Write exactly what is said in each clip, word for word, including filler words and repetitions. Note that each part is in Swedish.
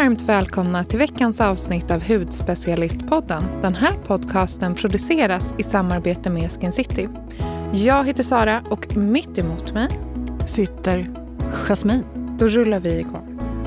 varmt välkomna till veckans avsnitt av Hudspecialistpodden. Den här podcasten produceras i samarbete med Skin City. Jag heter Sara och mitt emot mig sitter Jasmine. Då rullar vi igång.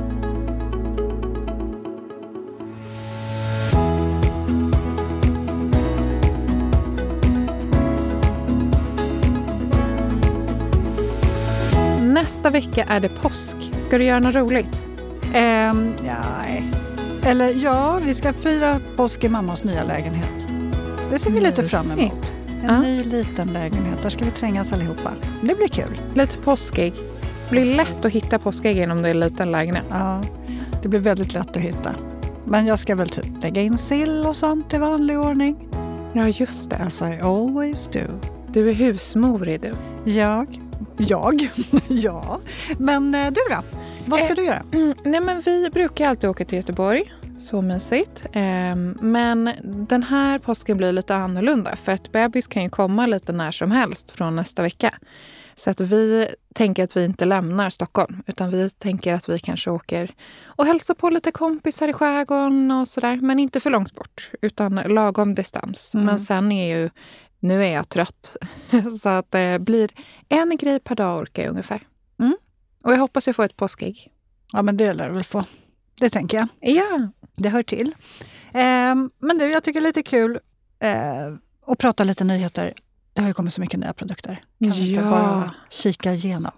Nästa vecka är det påsk. Ska du göra något roligt? Um, nej. Eller ja, vi ska fira påsk i mammas nya lägenhet. Det ser vi lite fram emot. En ja. ny liten lägenhet. Där ska vi trängas allihopa. Det blir kul. Lite påskägg. Det blir lätt att hitta påskäggen om det är en liten lägenhet. Ja, det blir väldigt lätt att hitta. Men jag ska väl typ lägga in sill och sånt i vanlig ordning. Ja, just det. As I always do. Du är husmorig, du. Jag? Jag? Ja. Men du då? Vad ska eh, du göra? Nej, men vi brukar alltid åka till Göteborg. Så mysigt. Eh, men den här påsken blir lite annorlunda. För att bebis kan ju komma lite när som helst från nästa vecka. Så att vi tänker att vi inte lämnar Stockholm. Utan vi tänker att vi kanske åker och hälsar på lite kompisar i skärgården och sådär. Men inte för långt bort. Utan lagom distans. Mm. Men sen är ju... Nu är jag trött. Så att det blir en grej per dag orkar jag ungefär. Mm. Och jag hoppas jag får ett påskägg. Ja, men det lär du väl få. Det tänker jag. Ja. Det hör till. Eh, men du, jag tycker det är lite kul eh, att prata lite nyheter. Det har ju kommit så mycket nya produkter. Kan vi inte bara kika igenom?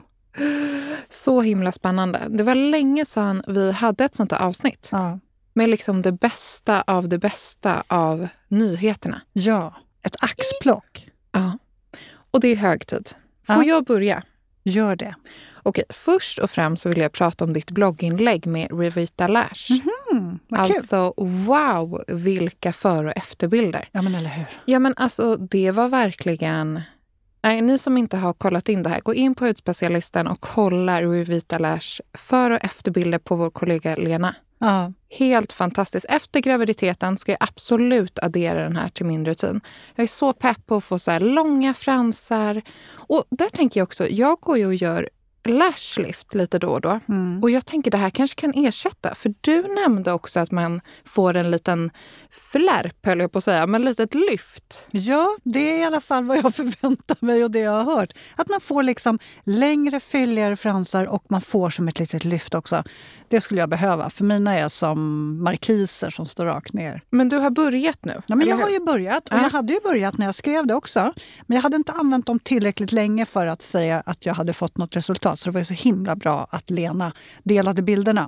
Så himla spännande. Det var länge sedan vi hade ett sånt här avsnitt. Ja. Med liksom det bästa av det bästa av nyheterna. Ja, ett axplock. Ja. Och det är hög tid. Får ja. jag börja? Gör det. Okej, först och främst så vill jag prata om ditt blogginlägg med Revita Lash. Mm-hmm, vad alltså, kul. Wow, vilka för- och efterbilder. Ja, men eller hur? Ja, men alltså, det var verkligen... Nej, ni som inte har kollat in det här, gå in på Hudspecialisten och kolla Revita Lash för- och efterbilder på vår kollega Lena. Ja. Helt fantastiskt. Efter graviditeten ska jag absolut addera den här till min rutin. Jag är så pepp på att få så här långa fransar. Och där tänker jag också, jag går ju och gör lashlift lite då och då. Mm. Och jag tänker det här kanske kan ersätta. För du nämnde också att man får en liten flärp, höll jag på att säga. Men lite ett lyft. Ja, det är i alla fall vad jag förväntar mig och det jag har hört. Att man får liksom längre, fylligare fransar och man får som ett litet lyft också. Det skulle jag behöva. För mina är som markiser som står rakt ner. Men du har börjat nu? Ja, men jag har ju börjat. Och ja. jag hade ju börjat när jag skrev det också. Men jag hade inte använt dem tillräckligt länge för att säga att jag hade fått något resultat. Så det var ju så himla bra att Lena delade bilderna.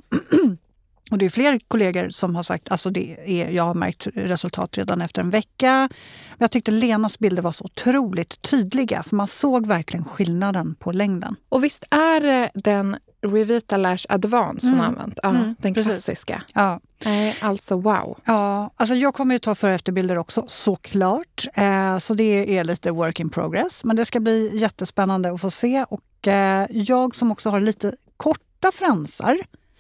Och det är fler kollegor som har sagt, alltså det är, jag har märkt resultat redan efter en vecka. Men jag tyckte Lenas bilder var så otroligt tydliga. För man såg verkligen skillnaden på längden. Och visst är det den Revita Lash Advance som mm. använt? Ja, mm, den precis. klassiska. Ja. Nej, alltså wow. Ja, alltså jag kommer ju ta för efterbilder också, såklart. Eh, så det är lite work in progress. Men det ska bli jättespännande att få se. Och eh, jag som också har lite korta fransar,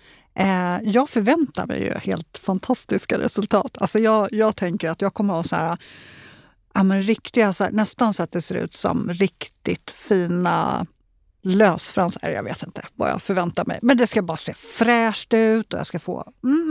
eh, jag förväntar mig ju helt fantastiska resultat. Alltså jag, jag tänker att jag kommer ha så här, ja, men riktiga, så här, nästan så att det ser ut som riktigt fina lösfransar. Jag vet inte vad jag förväntar mig. Men det ska bara se fräscht ut och jag ska få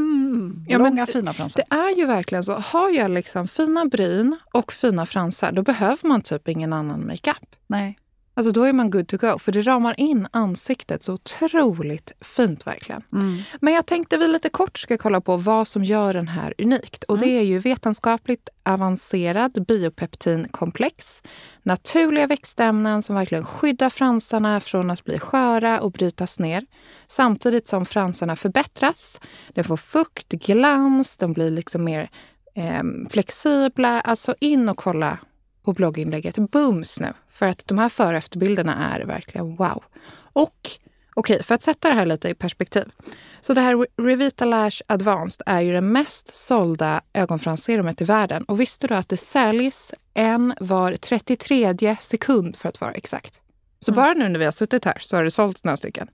mm, ja, långa fina fransar. Det är ju verkligen så. Har jag liksom fina bryn och fina fransar, då behöver man typ ingen annan makeup. Nej. Alltså då är man good to go. För det ramar in ansiktet så otroligt fint verkligen. Mm. Men jag tänkte vi lite kort ska kolla på vad som gör den här unikt. Och mm. det är ju vetenskapligt avancerad biopeptinkomplex. Naturliga växtämnen som verkligen skyddar fransarna från att bli sköra och brytas ner. Samtidigt som fransarna förbättras. De får fukt, glans, de blir liksom mer eh, flexibla. Alltså in och kolla på blogginlägget booms nu. För att de här före- och efterbilderna är verkligen wow. Och okej, okay, för att sätta det här lite i perspektiv. Så det här Revita Lash Advanced är ju det mest sålda ögonfransserumet i världen. Och visste du att det säljs en var trettiotredje sekund för att vara exakt. Så mm. bara nu när vi har suttit här så har det sålts några stycken.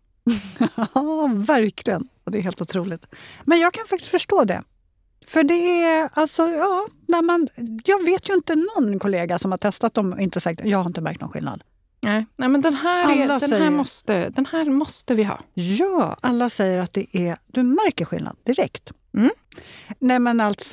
Ja, verkligen. Och det är helt otroligt. Men jag kan faktiskt förstå det. För det är, alltså, ja, när man, jag vet ju inte någon kollega som har testat dem och inte sagt, jag har inte märkt någon skillnad. Nej, Nej men den här, är, den, säger, här måste, den här måste vi ha. Ja, alla säger att det är... Du märker skillnad direkt. Mm. Nej men alltså,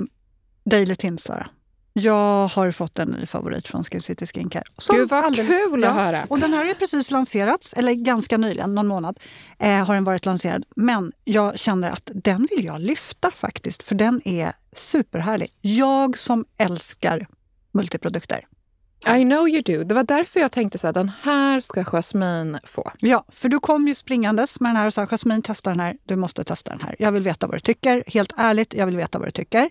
Daily Tint, Sara. Jag har fått en ny favorit från Skin City Skincare. Gud vad alldeles, kul att ja, höra. Och den här är precis lanserats, eller ganska nyligen, någon månad eh, har den varit lanserad. Men jag känner att den vill jag lyfta faktiskt, för den är superhärlig. Jag som älskar multiprodukter. I know you do. Det var därför jag tänkte så här, den här ska Jasmine få. Ja, för du kom ju springandes med den här och sa, Jasmine, testa den här. Du måste testa den här. Jag vill veta vad du tycker. Helt ärligt, jag vill veta vad du tycker.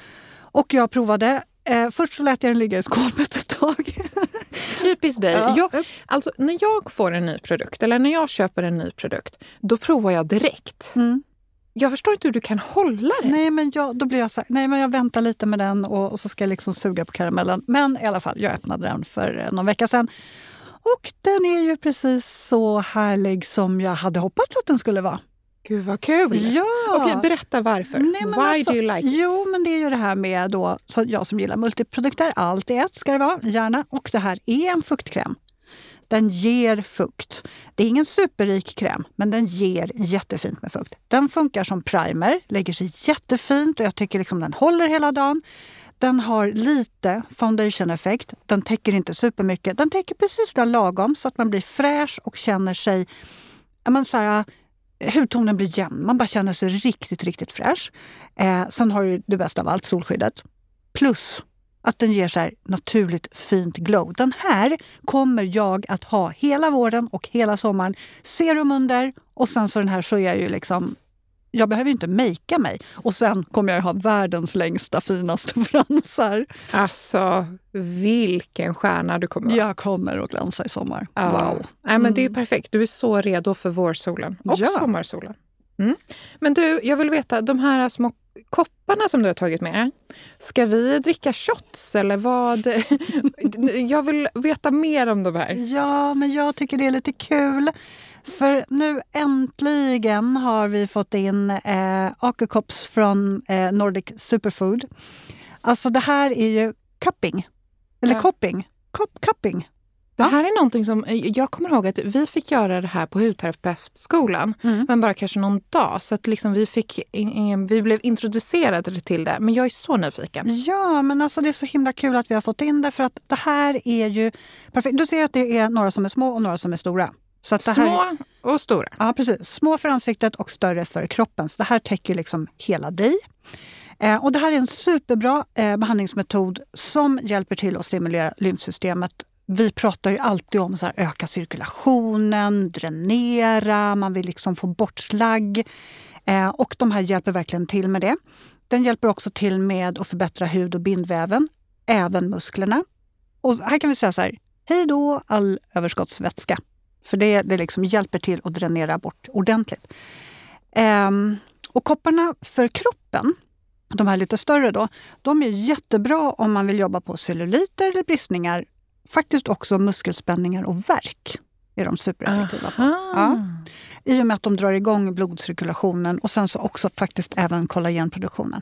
Och jag provade. Eh, först så lät jag den ligga i skåpet ett tag. Typiskt dig. Ja. Jag, alltså, när jag får en ny produkt eller när jag köper en ny produkt, då provar jag direkt. Mm. Jag förstår inte hur du kan hålla det. Nej, men jag, då blir jag så här, nej men jag väntar lite med den och, och så ska jag liksom suga på karamellen. Men i alla fall, jag öppnade den för någon vecka sedan. Och den är ju precis så härlig som jag hade hoppats att den skulle vara. Gud vad kul! Ja. Okej, berätta varför. Nej, men Why alltså, do you like it? Jo, men det är ju det här med då, så jag som gillar multiprodukter, allt i ett ska det vara, gärna. Och det här är en fuktkräm. Den ger fukt. Det är ingen superrik kräm, men den ger jättefint med fukt. Den funkar som primer, lägger sig jättefint och jag tycker liksom den håller hela dagen. Den har lite foundation-effekt. Den täcker inte supermycket. Den täcker precis där lagom så att man blir fräsch och känner sig... Man så här, hudtonen blir jämn. Man bara känner sig riktigt, riktigt fräsch. Eh, sen har ju det bästa av allt, solskyddet. Plus att den ger så här naturligt fint glow. Den här kommer jag att ha hela våren och hela sommaren. Serum under och sen så den här så är jag ju liksom... Jag behöver ju inte makea mig. Och sen kommer jag ha världens längsta, finaste fransar. Alltså, vilken stjärna du kommer att Jag kommer att glänsa i sommar. Ja. Wow. Nej, men det är Mm. perfekt. Du är så redo för vårsolen och Ja. sommarsolen. Mm. Men du, jag vill veta, de här små kopparna som du har tagit med, ska vi dricka shots eller vad? Jag vill veta mer om de här. Ja, men jag tycker det är lite kul. För nu äntligen har vi fått in eh, Akerkops från eh, Nordic Superfood. Alltså det här är ju cupping. Eller Ja. kopping. Kop, cupping. Det här är någonting som, jag kommer ihåg att vi fick göra det här på hudterapeutskolan, Mm. men bara kanske någon dag. Så att liksom vi, fick, vi blev introducerade till det. Men jag är så nyfiken. Ja, men alltså det är så himla kul att vi har fått in det. För att det här är ju perfekt. Du ser att det är några som är små och några som är stora. Så att det här, Små och stora. ja, precis. Små för ansiktet och större för kroppen. Så det här täcker liksom hela dig. Eh, och det här är en superbra eh, behandlingsmetod som hjälper till att stimulera lymfsystemet. Vi pratar ju alltid om så här, öka cirkulationen, dränera, man vill liksom få bort slagg. Eh, och de här hjälper verkligen till med det. Den hjälper också till med att förbättra hud- och bindväven, även musklerna. Och här kan vi säga så här, hej då all överskottsvätska. För det, det liksom hjälper till att dränera bort ordentligt. Ehm, och kopparna för kroppen, de här lite större då, de är jättebra om man vill jobba på celluliter eller bristningar. Faktiskt också muskelspänningar och värk är de supereffektiva på. Ja. I och med att de drar igång blodcirkulationen och sen så också faktiskt även kollagenproduktionen.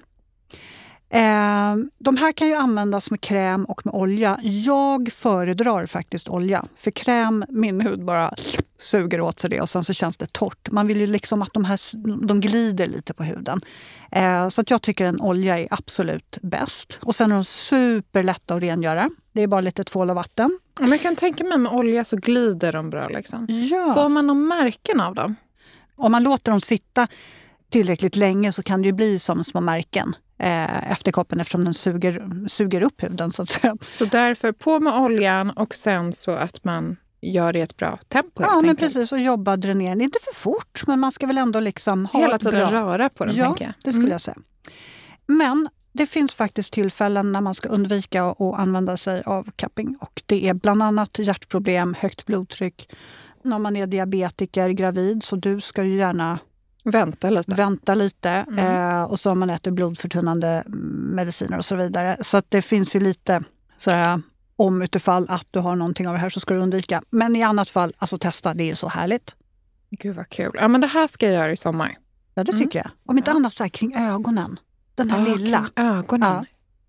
Eh, de här kan ju användas med kräm och med olja. Jag föredrar faktiskt olja. För kräm, min hud bara suger åt sig det och sen så känns det torrt. Man vill ju liksom att de här de glider lite på huden. Eh, så att jag tycker en olja är absolut bäst. Och sen är de superlätta att rengöra. Det är bara lite tvål och vatten. Men jag kan tänka mig med olja så glider de bra liksom. Ja. Får man någon märken av dem? Om man låter dem sitta tillräckligt länge så kan det ju bli som små märken eh, efter koppen eftersom den suger, suger upp huden så att säga. Så därför på med oljan och sen så att man gör det i ett bra tempo. Ja, men enkelt. precis. Och jobba dränerande. Inte för fort, men man ska väl ändå liksom ha Hela ett tiden bra... röra på den, ja, tänker jag. det skulle Mm. jag säga. Men det finns faktiskt tillfällen när man ska undvika att använda sig av cupping. Och det är bland annat hjärtproblem, högt blodtryck. När man är diabetiker, gravid, så du ska ju gärna Vänta lite. vänta lite. Mm. Eh, och så om man äter blodförtunnande mediciner och så vidare. Så att det finns ju lite sådär, om utifall att du har någonting av det här så ska du undvika. Men i annat fall, alltså testa, det är ju så härligt. Gud vad kul. Ja, men det här ska jag göra i sommar. Ja, det Mm. tycker jag. Om inte Ja. annat så här kring ögonen. Den här Ja, lilla. kring ögonen. Ja.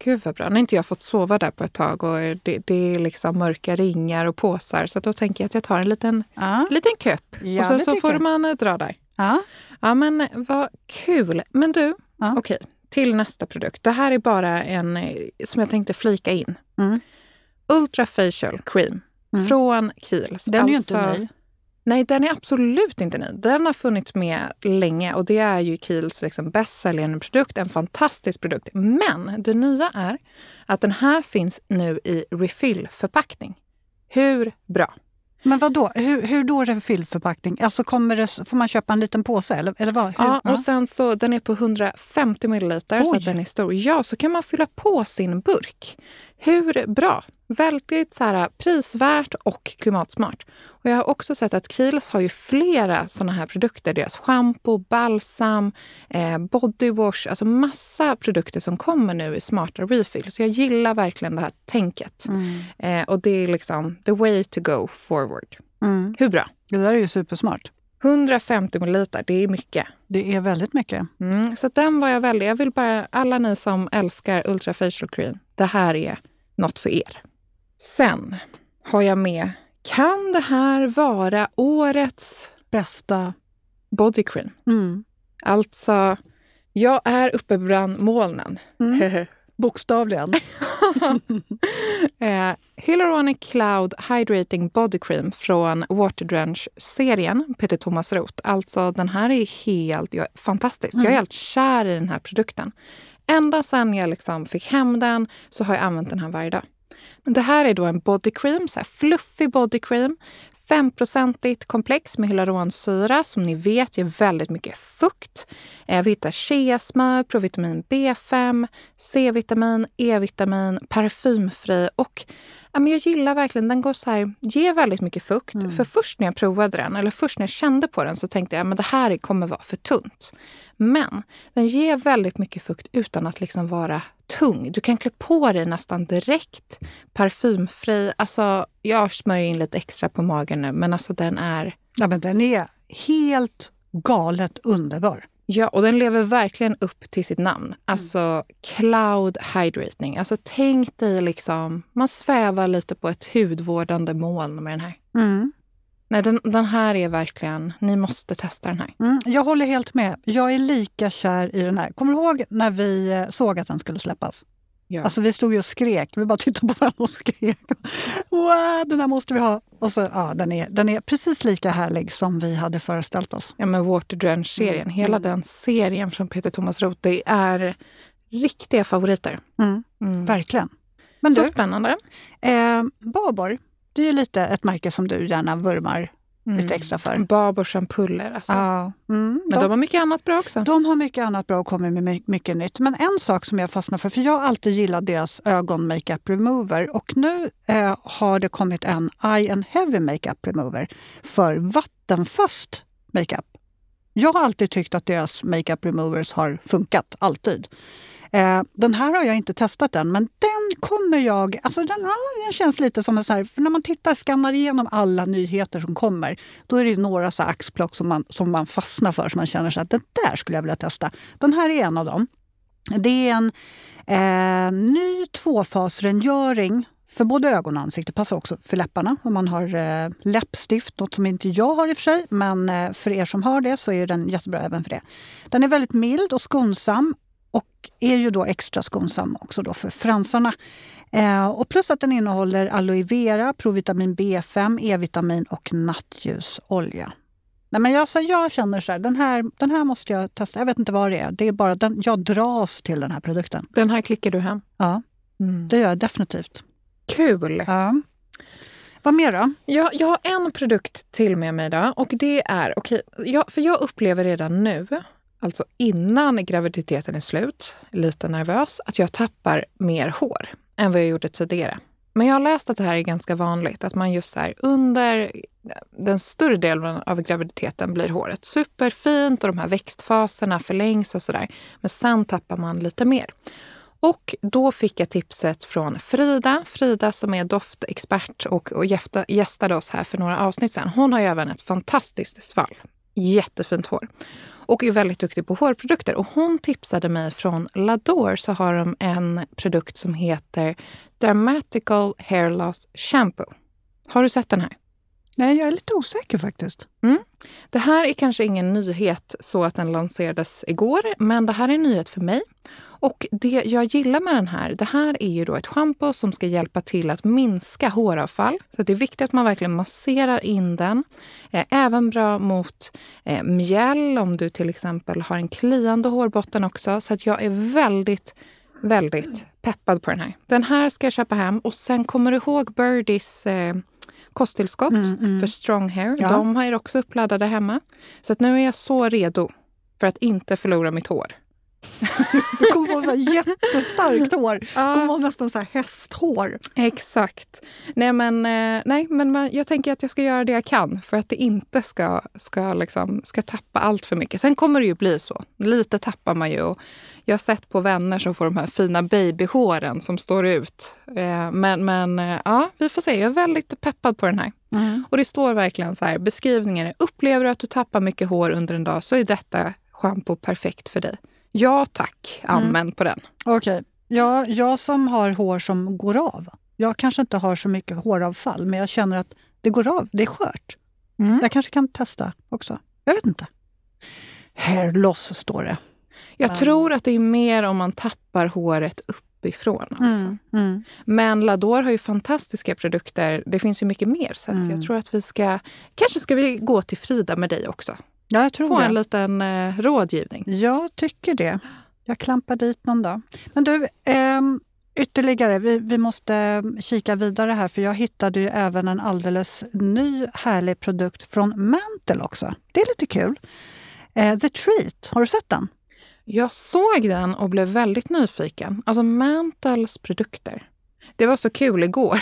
gud vad bra. Nu har inte jag fått sova där på ett tag och det, det är liksom mörka ringar och påsar. Så då tänker jag att jag tar en liten, ja. liten köp. Ja, och så, så får man eh, dra där. Ja. Ja, men vad kul. Men du, ja. okej, till nästa produkt. Det här är bara en som jag tänkte flika in. Mm. Ultra Facial Cream mm. från Kiehl's. Den är alltså, ju inte ny. Nej, den är absolut inte ny. Den har funnits med länge och det är ju Kiehl's liksom bästsäljande produkt. En fantastisk produkt. Men det nya är att den här finns nu i refill-förpackning. Hur bra? Men vad då? Hur, hur då refillförpackning? Alltså kommer det, får man köpa en liten påse eller, eller vad? Hur? Ja, och sen så den är på hundrafemtio milliliter. Oj. Så att den är stor. Ja, så kan man fylla på sin burk. Hur bra? Väldigt så här, prisvärt och klimatsmart. Och jag har också sett att Kiehl's har ju flera sådana här produkter. Deras shampoo, balsam, eh, bodywash. Alltså massa produkter som kommer nu i smarta refill. Så jag gillar verkligen det här tänket. Mm. Eh, och det är liksom the way to go forward. Mm. Hur bra? Det där är ju supersmart. hundrafemtio milliliter, det är mycket. Det är väldigt mycket. Mm, så den var jag väldigt... Jag vill bara, alla ni som älskar Ultra Facial Cream, det här är något för er. Sen har jag med, kan det här vara årets bästa body cream? Mm. Alltså, jag är uppe bland molnen. Mm. Bokstavligen. eh, Hyaluronic Cloud Hydrating Body Cream från Water Drench-serien, Peter Thomas Roth. Alltså den här är helt jag, fantastisk. Mm. Jag är helt kär i den här produkten. Ända sedan jag liksom fick hem den så har jag använt den här varje dag. Det här är då en body cream, så här fluffig body cream. fem-procentigt komplex med hyaluronsyra som ni vet ger väldigt mycket fukt. Vi hittar cheasmör, provitamin B fem, C-vitamin, E-vitamin, parfymfri och ja, men jag gillar verkligen, den går så här, ger väldigt mycket fukt. Mm. För först när jag provade den, eller först när jag kände på den så tänkte jag att det här kommer vara för tunt. Men den ger väldigt mycket fukt utan att liksom vara tung. Du kan klä på dig nästan direkt, parfymfri. Alltså jag smörjer in lite extra på magen nu, men alltså den är... Ja, men den är helt galet underbar. Ja, och den lever verkligen upp till sitt namn. Alltså mm. cloud hydrating. Alltså tänk dig liksom, man svävar lite på ett hudvårdande moln med den här. Mm. Nej, den, den här är verkligen, ni måste testa den här. Mm, jag håller helt med. Jag är lika kär i den här. Kommer du ihåg när vi såg att den skulle släppas? Ja. Alltså vi stod ju och skrek. Vi bara tittade på varandra och skrek. Wow, den här måste vi ha. Och så, ja, den är, den är precis lika härlig som vi hade föreställt oss. Ja, men Water Drench-serien. Mm. Hela den serien från Peter Thomas Roth, det är riktiga favoriter. Mm. Mm. Verkligen. Men så du, spännande. Eh, Babor, det är ju lite ett märke som du gärna vurmar mm. lite extra för. Babors ampuller alltså. Ja. Mm, men de, de har mycket annat bra också. De har mycket annat bra och kommer med mycket, mycket nytt. Men en sak som jag fastnar för, för jag har alltid gillat deras ögon makeup remover. Och nu eh, har det kommit en Eye and Heavy makeup remover för vattenfast makeup. Jag har alltid tyckt att deras makeup removers har funkat, alltid. Eh, den här har jag inte testat än, men den kommer jag... Alltså den, den känns lite som en sån här... För när man tittar, skannar igenom alla nyheter som kommer, då är det några så här axplock som man, som man fastnar för, som man känner sig att den där skulle jag vilja testa. Den här är en av dem. Det är en eh, ny tvåfasrengöring för både ögon och ansikte. Passar också för läpparna om man har eh, läppstift, något som inte jag har i och för sig, men eh, för er som har det så är den jättebra även för det. Den är väldigt mild och skonsam. Och är ju då extra skonsam också då för fransarna. Eh, och plus att den innehåller aloe vera, provitamin B fem, E-vitamin och nattljusolja. Nej, men jag, så jag känner så här, den här, den här måste jag testa. Jag vet inte vad det är. Det är bara den, jag dras till den här produkten. Den här klickar du hem? Ja, mm. det gör jag definitivt. Kul! Ja. Vad mer då? Ja, jag har en produkt till med mig idag. Och det är, okej, jag, för jag upplever redan nu, alltså innan graviditeten är slut, lite nervös, att jag tappar mer hår än vad jag gjorde tidigare. Men jag har läst att det här är ganska vanligt, att man just så här under den större delen av graviditeten blir håret superfint och de här växtfaserna förlängs och sådär. Men sen tappar man lite mer. Och då fick jag tipset från Frida, Frida som är doftexpert och, och gästade oss här för några avsnitt sedan. Hon har ju även ett fantastiskt svall. jättefint hår. Och är väldigt duktig på hårprodukter. Och hon tipsade mig från Lador, så har de en produkt som heter Dermatical Hair Loss Shampoo. Har du sett den här? Nej, jag är lite osäker faktiskt. Mm. Det här är kanske ingen nyhet så att den lanserades igår, men det här är en nyhet för mig. Och det jag gillar med den här, det här är ju då ett shampoo som ska hjälpa till att minska håravfall. Så det är viktigt att man verkligen masserar in den. Eh, även bra mot eh, mjäll om du till exempel har en kliande hårbotten också. Så att jag är väldigt, väldigt peppad på den här. Den här ska jag köpa hem och sen kommer du ihåg Birdies eh, kosttillskott mm, mm. för strong hair. Ja. De har jag också uppladdade hemma. Så att nu är jag så redo för att inte förlora mitt hår. Du kommer få så här jättestarkt hår. Du kommer få nästan så här hästhår. Exakt. Nej men, nej, men jag tänker att jag ska göra det jag kan för att det inte ska, ska, liksom, ska tappa allt för mycket. Sen kommer det ju bli så. Lite tappar man ju. Och jag har sett på vänner som får de här fina babyhåren som står ut. Men, men ja, vi får se. Jag är väldigt peppad på den här. Mm. Och det står verkligen så här, beskrivningen. Upplever du att du tappar mycket hår under en dag så är detta shampoo perfekt för dig. Ja tack, använd mm. på den. Okej, okay. ja, jag som har hår som går av. Jag kanske inte har så mycket håravfall, men jag känner att det går av, det är skört. Mm. Jag kanske kan testa också, jag vet inte. Hair loss står det. Jag um. tror att det är mer om man tappar håret uppifrån. Alltså. Mm. Mm. Men Lador har ju fantastiska produkter, det finns ju mycket mer. Så att mm. jag tror att vi ska, kanske ska vi gå till Frida med dig också. Ja, jag tror Få det. en liten eh, rådgivning. Jag tycker det. Jag klampar dit någon dag. Men du, eh, ytterligare, vi, vi måste kika vidare här. För jag hittade ju även en alldeles ny härlig produkt från Mantle också. Det är lite kul. Eh, The Treat, har du sett den? Jag såg den och blev väldigt nyfiken. Alltså Mantles produkter. Det var så kul igår.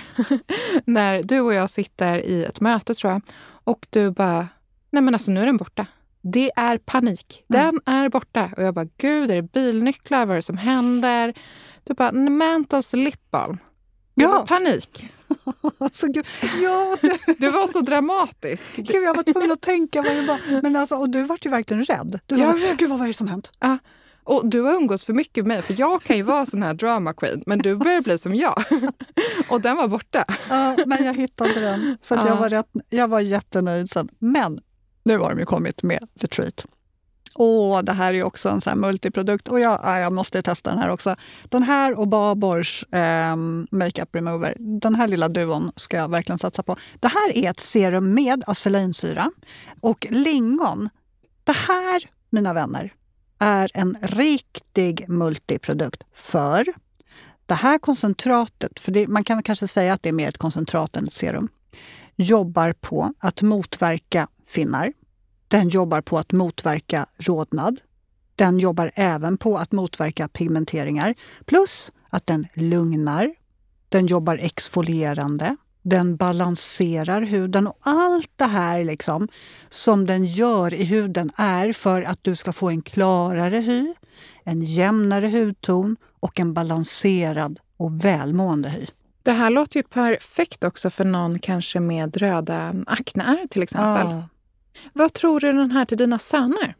När du och jag sitter i ett möte tror jag. Och du bara... Nej men alltså nu är den borta. Det är panik. Den mm. är borta. Och jag bara, gud är det bilnycklar? Vad är det som händer? Du bara, Mantles lip balm. Det ja. var panik. Alltså, gud. Ja, du... du var så dramatisk. Gud, jag var tvungen att tänka vad det var. Men alltså, och du var ju verkligen rädd. Du var, ja. Gud, vad är det som hänt? Ja. Och du har umgås för mycket med mig. För jag kan ju vara sån här drama queen. Men du börjar bli som jag. Och den var borta. Ja, men jag hittade den. Så att ja. jag, var rätt, jag var jättenöjd sen. Men nu har de ju kommit med The Treat. Åh, det här är också en sån här multiprodukt. Och jag, ja, jag måste testa den här också. Den här och Babors eh, Makeup Remover. Den här lilla duon ska jag verkligen satsa på. Det här är ett serum med acelinsyra och lingon. Det här, mina vänner, är en riktig multiprodukt. För det här koncentratet, för det, man kan kanske säga att det är mer ett koncentrat än ett serum, jobbar på att motverka finnar. Den jobbar på att motverka rodnad. Den jobbar även på att motverka pigmenteringar. Plus att den lugnar. Den jobbar exfolierande. Den balanserar huden. Och allt det här liksom som den gör i huden är för att du ska få en klarare hy, en jämnare hudton och en balanserad och välmående hy. Det här låter ju perfekt också för någon kanske med röda akneär till exempel. Ah. Vad tror du den här till dina söner?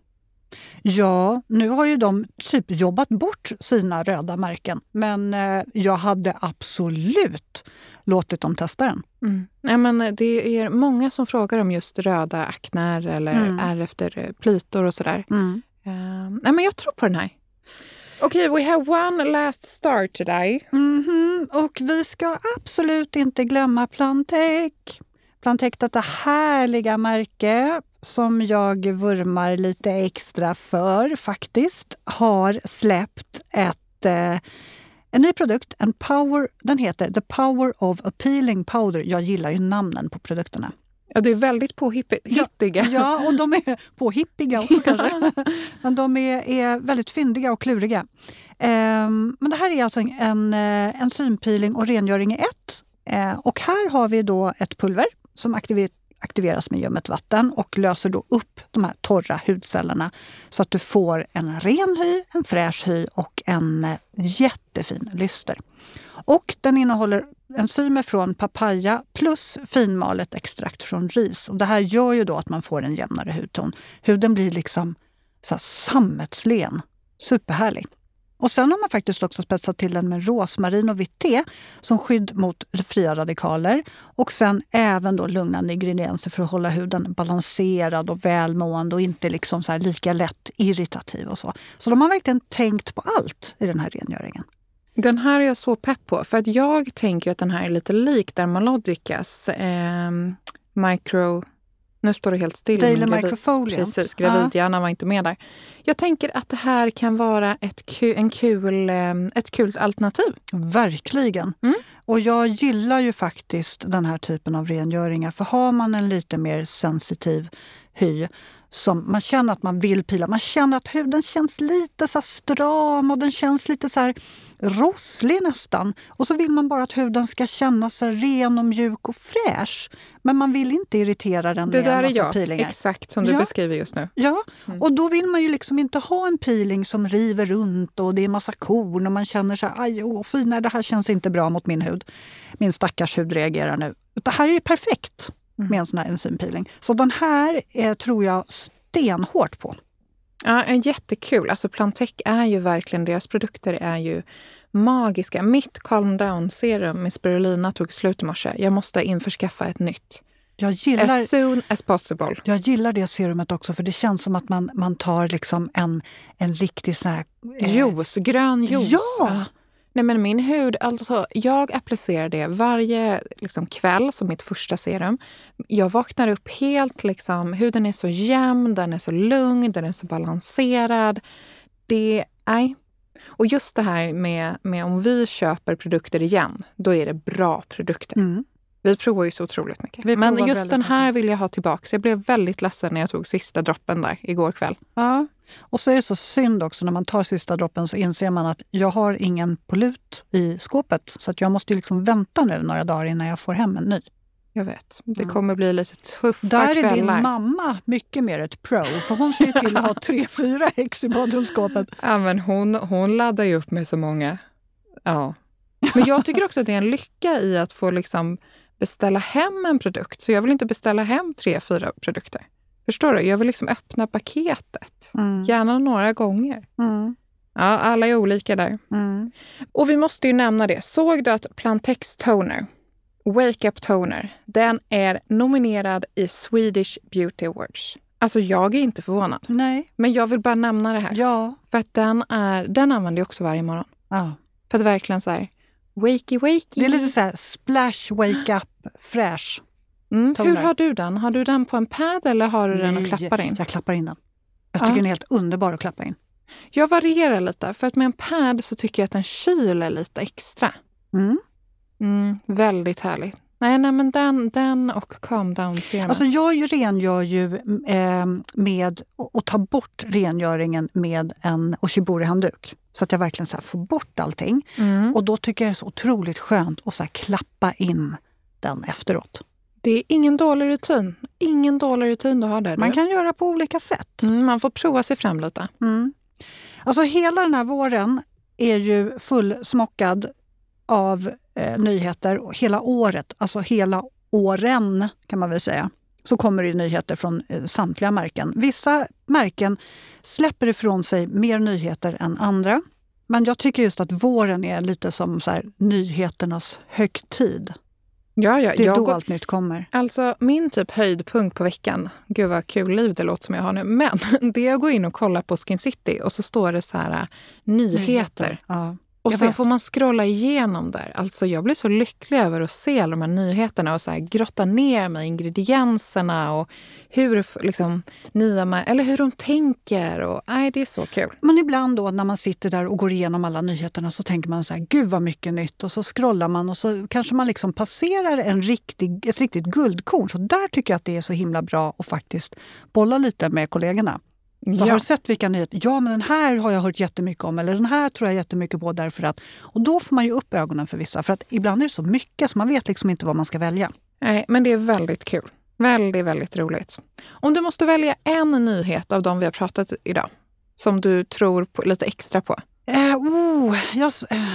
Ja, nu har ju de typ jobbat bort sina röda märken. Men eh, jag hade absolut låtit dem testa den. Mm. Ja, men det är många som frågar om just röda akneär eller mm. är efter plitor och sådär. Mm. Uh, nej, men jag tror på den här. Okej, okay, we have one last star today. Mm-hmm. Och vi ska absolut inte glömma Plantec. Plantec, detta härliga märke som jag vurmar lite extra för faktiskt, har släppt ett, eh, en ny produkt. En power, den heter The Power of Appealing Powder. Jag gillar ju namnen på produkterna. Ja, det är väldigt påhittiga. Ja, ja, och de är påhippiga också kanske. Men de är, är väldigt fyndiga och kluriga. Um, men det här är alltså en, en, en enzympeeling och rengöring i ett. Uh, och här har vi då ett pulver som aktiverar aktiveras med ljummet vatten och löser då upp de här torra hudcellerna så att du får en ren hy, en fräsch hy och en jättefin lyster. Och den innehåller enzymer från papaya plus finmalet extrakt från ris. Och det här gör ju då att man får en jämnare hudton. Huden blir liksom så här sammetslen. Superhärlig. Och sen har man faktiskt också spetsat till den med rosmarin och vitt te som skydd mot fria radikaler. Och sen även då lugnande ingredienser för att hålla huden balanserad och välmående och inte liksom så här lika lätt irritativ och så. Så de har verkligen tänkt på allt i den här rengöringen. Den här är jag så pepp på, för att jag tänker att den här är lite lik Dermalogicas eh, micro... Nu står det helt still. Daily Microfoliant. Precis, gravidhjärnan ja. var inte med där. Jag tänker att det här kan vara ett, ku, en kul, ett kul alternativ. Verkligen. Mm. Och jag gillar ju faktiskt den här typen av rengöringar. För har man en lite mer sensitiv hy som man känner att man vill pila. Man känner att huden känns lite så här stram och den känns lite så här rosslig nästan. Och så vill man bara att huden ska känna sig ren och mjuk och fräsch. Men man vill inte irritera den det med en massa jag. peelingar. Exakt som du ja. beskriver just nu. Ja, mm. och då vill man ju liksom inte ha en peeling som river runt och det är massa korn och man känner så här, aj, åh, fy, nej, det här känns inte bra mot min hud. Min stackars hud reagerar nu. Det här är ju perfekt med en sån här enzympeeling. Så den här är, tror jag stenhårt på. Ja, en jättekul. Alltså Plantec är ju verkligen, deras produkter är ju magiska. Mitt Calm Down serum med spirulina tog slut i morse. Jag måste införskaffa ett nytt. Jag gillar, as soon as possible. Jag gillar det serumet också för det känns som att man, man tar liksom en, en riktig sån här... Eh, juice, grön juice. Ja! Nej men min hud, alltså jag applicerar det varje liksom, kväll som mitt första serum. Jag vaknar upp helt liksom, huden är så jämn, den är så lugn, den är så balanserad. Det är... Och just det här med, med om vi köper produkter igen, då är det bra produkter. Mm. Vi provar ju så otroligt mycket. Men just den här mycket. Vill jag ha tillbaka. Jag blev väldigt ledsen när jag tog sista droppen där igår kväll. Ja, och så är det så synd också när man tar sista droppen så inser man att jag har ingen pollut i skåpet. Så att jag måste liksom vänta nu några dagar innan jag får hem en ny. Jag vet. Det kommer bli lite tuffa där kvällar. Där är din mamma mycket mer ett pro. För hon ser till att ha tre, fyra ex i badrumsskåpet. Ja, men hon, hon laddar ju upp med så många. Ja. Men jag tycker också att det är en lycka i att få liksom beställa hem en produkt. Så jag vill inte beställa hem tre, fyra produkter. Förstår du? Jag vill liksom öppna paketet. Mm. Gärna några gånger. Mm. Ja, alla är olika där. Mm. Och vi måste ju nämna det. Såg du att Plantex Toner, Wake Up Toner, den är nominerad i Swedish Beauty Awards. Alltså jag är inte förvånad. Nej. Men jag vill bara nämna det här. Ja. För att den, är, den använder jag också varje morgon. Ja. För att verkligen så här, wakey wakey. Det är lite så här splash, wake up, fresh. Mm. Hur har du den? Har du den på en pad eller har du den och klappar in? Jag klappar in den. Jag tycker ja. den är helt underbar att klappa in. Jag varierar lite. För att med en pad så tycker jag att den kyler lite extra. Mm. Mm, väldigt härligt. Nej, nej men den, den och Calm Down serumet. Alltså jag ju rengör ju eh, med att ta bort rengöringen med en Oshibori-handduk. Så att jag verkligen så här får bort allting. Mm. Och då tycker jag det är så otroligt skönt att så här klappa in den efteråt. Det är ingen dålig rutin. Ingen dålig rutin du har där. Man du. kan göra på olika sätt. Mm, man får prova sig fram lite. Mm. Alltså hela den här våren är ju fullsmockad av eh, nyheter. Hela året, alltså hela åren kan man väl säga. Så kommer det ju nyheter från eh, samtliga märken. Vissa märken släpper ifrån sig mer nyheter än andra. Men jag tycker just att våren är lite som så här, nyheternas högtid. Ja, ja, det är jag då går, allt nytt kommer. Alltså min typ höjdpunkt på veckan, gud vad kul liv det låter som jag har nu, men det är att gå in och kolla på Skin City och så står det så här uh, nyheter. nyheter. Ja. Och jag sen vet. får man scrolla igenom där. Alltså jag blir så lycklig över att se alla de här nyheterna och så här grotta ner med ingredienserna och hur liksom nya, eller hur de tänker. Och, nej, det är så kul. Men ibland då när man sitter där och går igenom alla nyheterna så tänker man så här, gud vad mycket nytt. Och så scrollar man och så kanske man liksom passerar en riktig, ett riktigt guldkorn. Så där tycker jag att det är så himla bra att faktiskt bolla lite med kollegorna. Så ja. har du sett vilka nyheter? Ja, men den här har jag hört jättemycket om. Eller den här tror jag jättemycket på därför att... Och då får man ju upp ögonen för vissa. För att ibland är det så mycket så man vet liksom inte vad man ska välja. Nej, men det är väldigt kul. Väldigt, väldigt roligt. Om du måste välja en nyhet av de vi har pratat idag. Som du tror på, lite extra på. Eh, oh, jag, eh,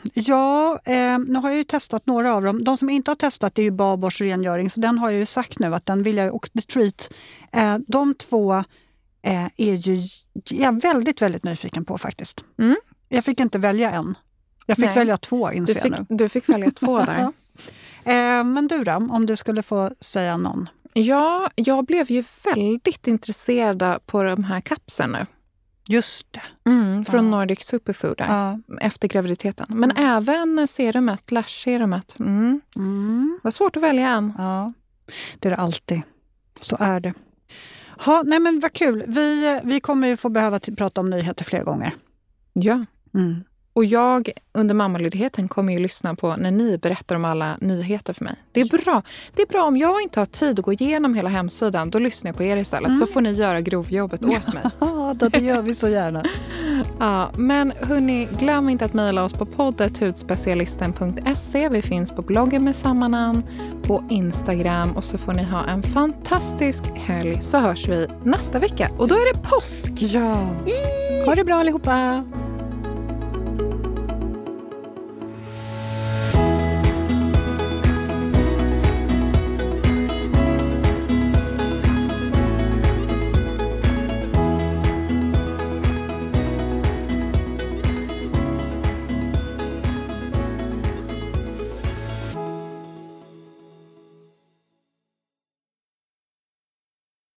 Ja, eh, nu har jag ju testat några av dem. De som inte har testat är ju Babors rengöring, så den har jag ju sagt nu att den vill jag, och The Treat. Eh, de två eh, är ju jag är väldigt, väldigt nyfiken på faktiskt. Mm. Jag fick inte välja en. Jag fick Nej. välja två, inser Du fick, jag nu. du fick välja två där. eh, men du då, om du skulle få säga någon? Ja, jag blev ju väldigt intresserad på de här kapseln nu. Just det. Mm, från Ja. Nordic Superfood där, Ja. efter graviditeten. Men Mm. även serumet, Lash-serumet. Mm. Mm. Var svårt att välja en. Ja, det är det alltid. Så är det. Ha, nej men vad kul. Vi, vi kommer ju få behöva t- prata om nyheter fler gånger. Ja. Mm. Och jag under mammaledigheten kommer ju lyssna på när ni berättar om alla nyheter för mig. Det är bra. Det är bra om jag inte har tid att gå igenom hela hemsidan. Då lyssnar jag på er istället. Mm. Så får ni göra grovjobbet åt mig. Ja, det gör vi så gärna. Ja, men hörni, glöm inte att mejla oss på poddet hudspecialisten punkt se. Vi finns på bloggen med samma namn, på Instagram, och så får ni ha en fantastisk helg, så hörs vi nästa vecka. Och då är det påsk! Ja. Ha det bra allihopa!